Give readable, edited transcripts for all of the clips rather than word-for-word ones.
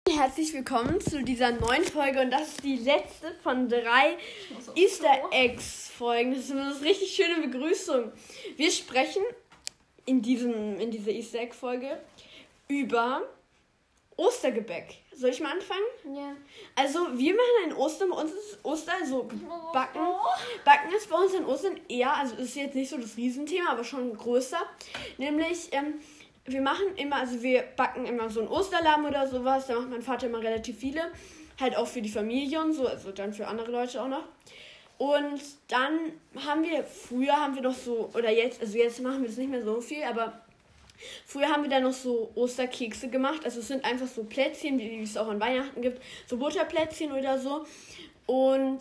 Herzlich willkommen zu dieser neuen Folge und das ist die letzte von 3 Easter Eggs Folgen. Das ist eine richtig schöne Begrüßung. Wir sprechen in dieser Easter Egg Folge über Ostergebäck. Soll ich mal anfangen? Ja. Also wir machen ein Ostern, bei uns ist Ostern so Backen. Backen ist bei uns an Ostern eher, also ist jetzt nicht so das Riesenthema, aber schon größer. Nämlich, wir backen immer so ein Osterlamm oder sowas, da macht mein Vater immer relativ viele. Halt auch für die Familie und so, also dann für andere Leute auch noch. Und dann früher haben wir noch so, oder jetzt machen wir das nicht mehr so viel, aber früher haben wir dann noch so Osterkekse gemacht. Also es sind einfach so Plätzchen, wie es auch an Weihnachten gibt. So Butterplätzchen oder so. Und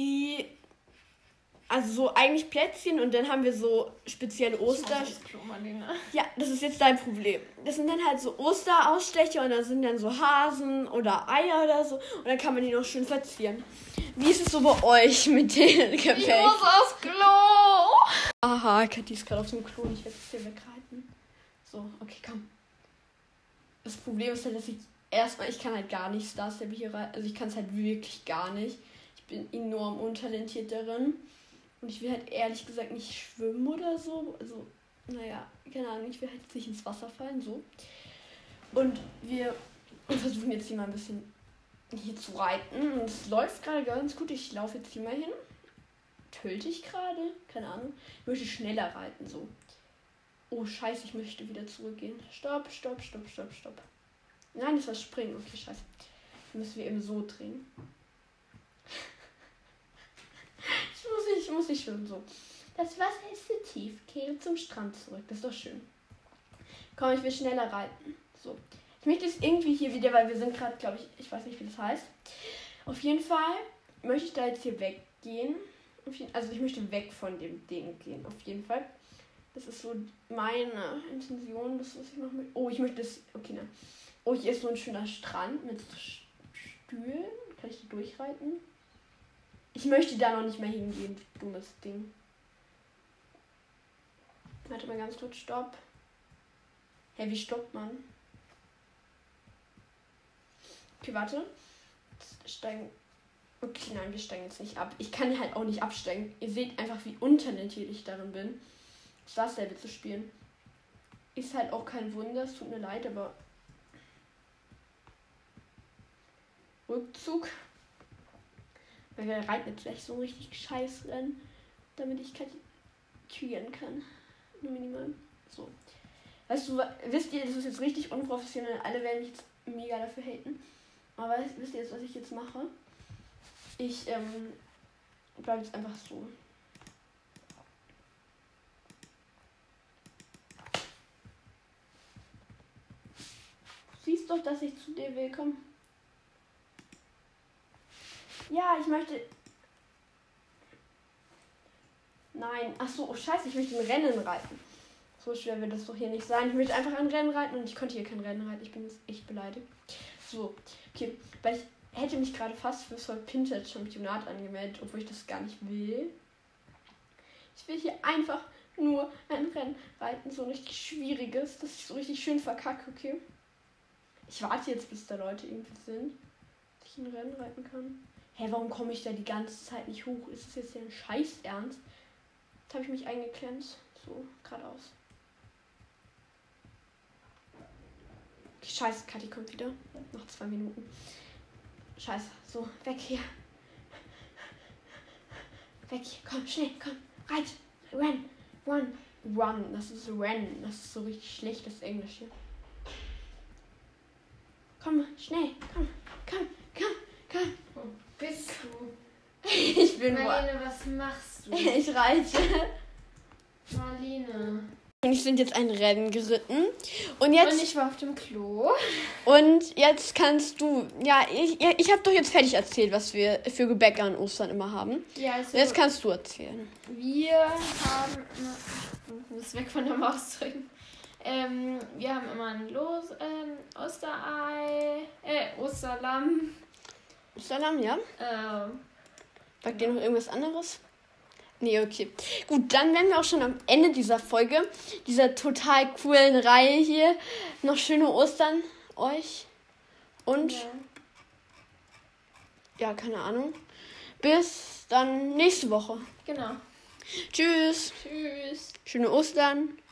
also so eigentlich Plätzchen und dann haben wir so spezielle Ja, das ist jetzt dein Problem. Das sind dann halt so Osterausstecher und da sind dann so Hasen oder Eier oder so. Und dann kann man die noch schön verzieren. Wie ist es so bei euch mit den Gebäck? Ich muss aufs Klo! Aha, Kathi ist gerade auf dem Klo. Ich werde es hier wegreiten. So, okay, komm. Das Problem ist halt, dass ich kann halt gar nicht Star Stable hier rein. Also ich kann es halt wirklich gar nicht. Ich bin enorm untalentiert darin. Und ich will halt ehrlich gesagt nicht schwimmen oder so. Also, naja, keine Ahnung, ich will halt nicht ins Wasser fallen, so. Und wir versuchen jetzt hier mal ein bisschen hier zu reiten. Und es läuft gerade ganz gut. Ich laufe jetzt hier mal hin. Tölte ich gerade? Keine Ahnung. Ich möchte schneller reiten, so. Oh, scheiße, ich möchte wieder zurückgehen. Stopp. Nein, das war springen. Okay, scheiße. Dann müssen wir eben so drehen. Ich muss nicht schwimmen, so. Das Wasser ist zu tief. Kehre zum Strand zurück. Das ist doch schön. Komm, ich will schneller reiten. So. Ich möchte es irgendwie hier wieder, weil wir sind gerade, glaube ich weiß nicht, wie das heißt. Auf jeden Fall möchte ich da jetzt hier weggehen. Also ich möchte weg von dem Ding gehen, auf jeden Fall. Das ist so meine Intention, das, was ich machen will. Oh, ich möchte das. Okay, nein. Oh, hier ist so ein schöner Strand mit so Stühlen. Kann ich da durchreiten? Ich möchte da noch nicht mehr hingehen, dummes Ding. Warte mal ganz kurz, stopp. Hä, wie stoppt man? Okay, warte. Steigen. Okay, nein, wir steigen jetzt nicht ab. Ich kann halt auch nicht absteigen. Ihr seht einfach, wie untalentiert ich darin bin, Star Stable zu spielen. Ist halt auch kein Wunder, es tut mir leid, aber Rückzug. Weil wir reiten jetzt gleich so richtig scheiß rennen, damit ich kalkulieren kann. Nur minimal. So. Weißt du, wisst ihr, das ist jetzt richtig unprofessionell. Alle werden mich jetzt mega dafür haten. Aber wisst ihr jetzt, was ich jetzt mache? Ich bleibe jetzt einfach so. Siehst doch, dass ich zu dir will, komm. Ja, ich möchte... Nein. Ach so, oh scheiße, ich möchte ein Rennen reiten. So schwer wird das doch hier nicht sein. Ich möchte einfach ein Rennen reiten und ich konnte hier kein Rennen reiten. Ich bin jetzt echt beleidigt. So, okay. Weil ich hätte mich gerade fast fürs Pinterest-Championat angemeldet, obwohl ich das gar nicht will. Ich will hier einfach nur ein Rennen reiten. So ein richtig schwieriges, dass ich so richtig schön verkacke, okay? Ich warte jetzt, bis da Leute irgendwie sind, dass ich ein Rennen reiten kann. Hä, warum komme ich da die ganze Zeit nicht hoch? Ist das jetzt hier ein Scheiß Ernst? Jetzt habe ich mich eingeklemmt. So, geradeaus. Okay, scheiße, Kathi kommt wieder. Noch 2 Minuten. Scheiße. So, weg hier. Weg hier. Komm, schnell, komm. Reit. Run. Das ist Ren. Das ist so richtig schlechtes Englisch hier. Komm, schnell. Komm. Wo bist du? Ich bin Marlene, was machst du? Ich reite. Marlene. Und ich sind jetzt ein Rennen geritten. Und ich war auf dem Klo. Und jetzt kannst du... Ja, ich habe doch jetzt fertig erzählt, was wir für Gebäck an Ostern immer haben. Ja, also jetzt kannst du erzählen. Wir haben... Ich muss weg von der Maus drücken. Wir haben immer ein Osterlamm. Osterlamm, ja? Sagt dir noch irgendwas anderes? Nee, okay. Gut, dann wären wir auch schon am Ende dieser Folge. Dieser total coolen Reihe hier. Noch schöne Ostern euch. Und ja, keine Ahnung. Bis dann nächste Woche. Genau. Tschüss. Tschüss. Schöne Ostern.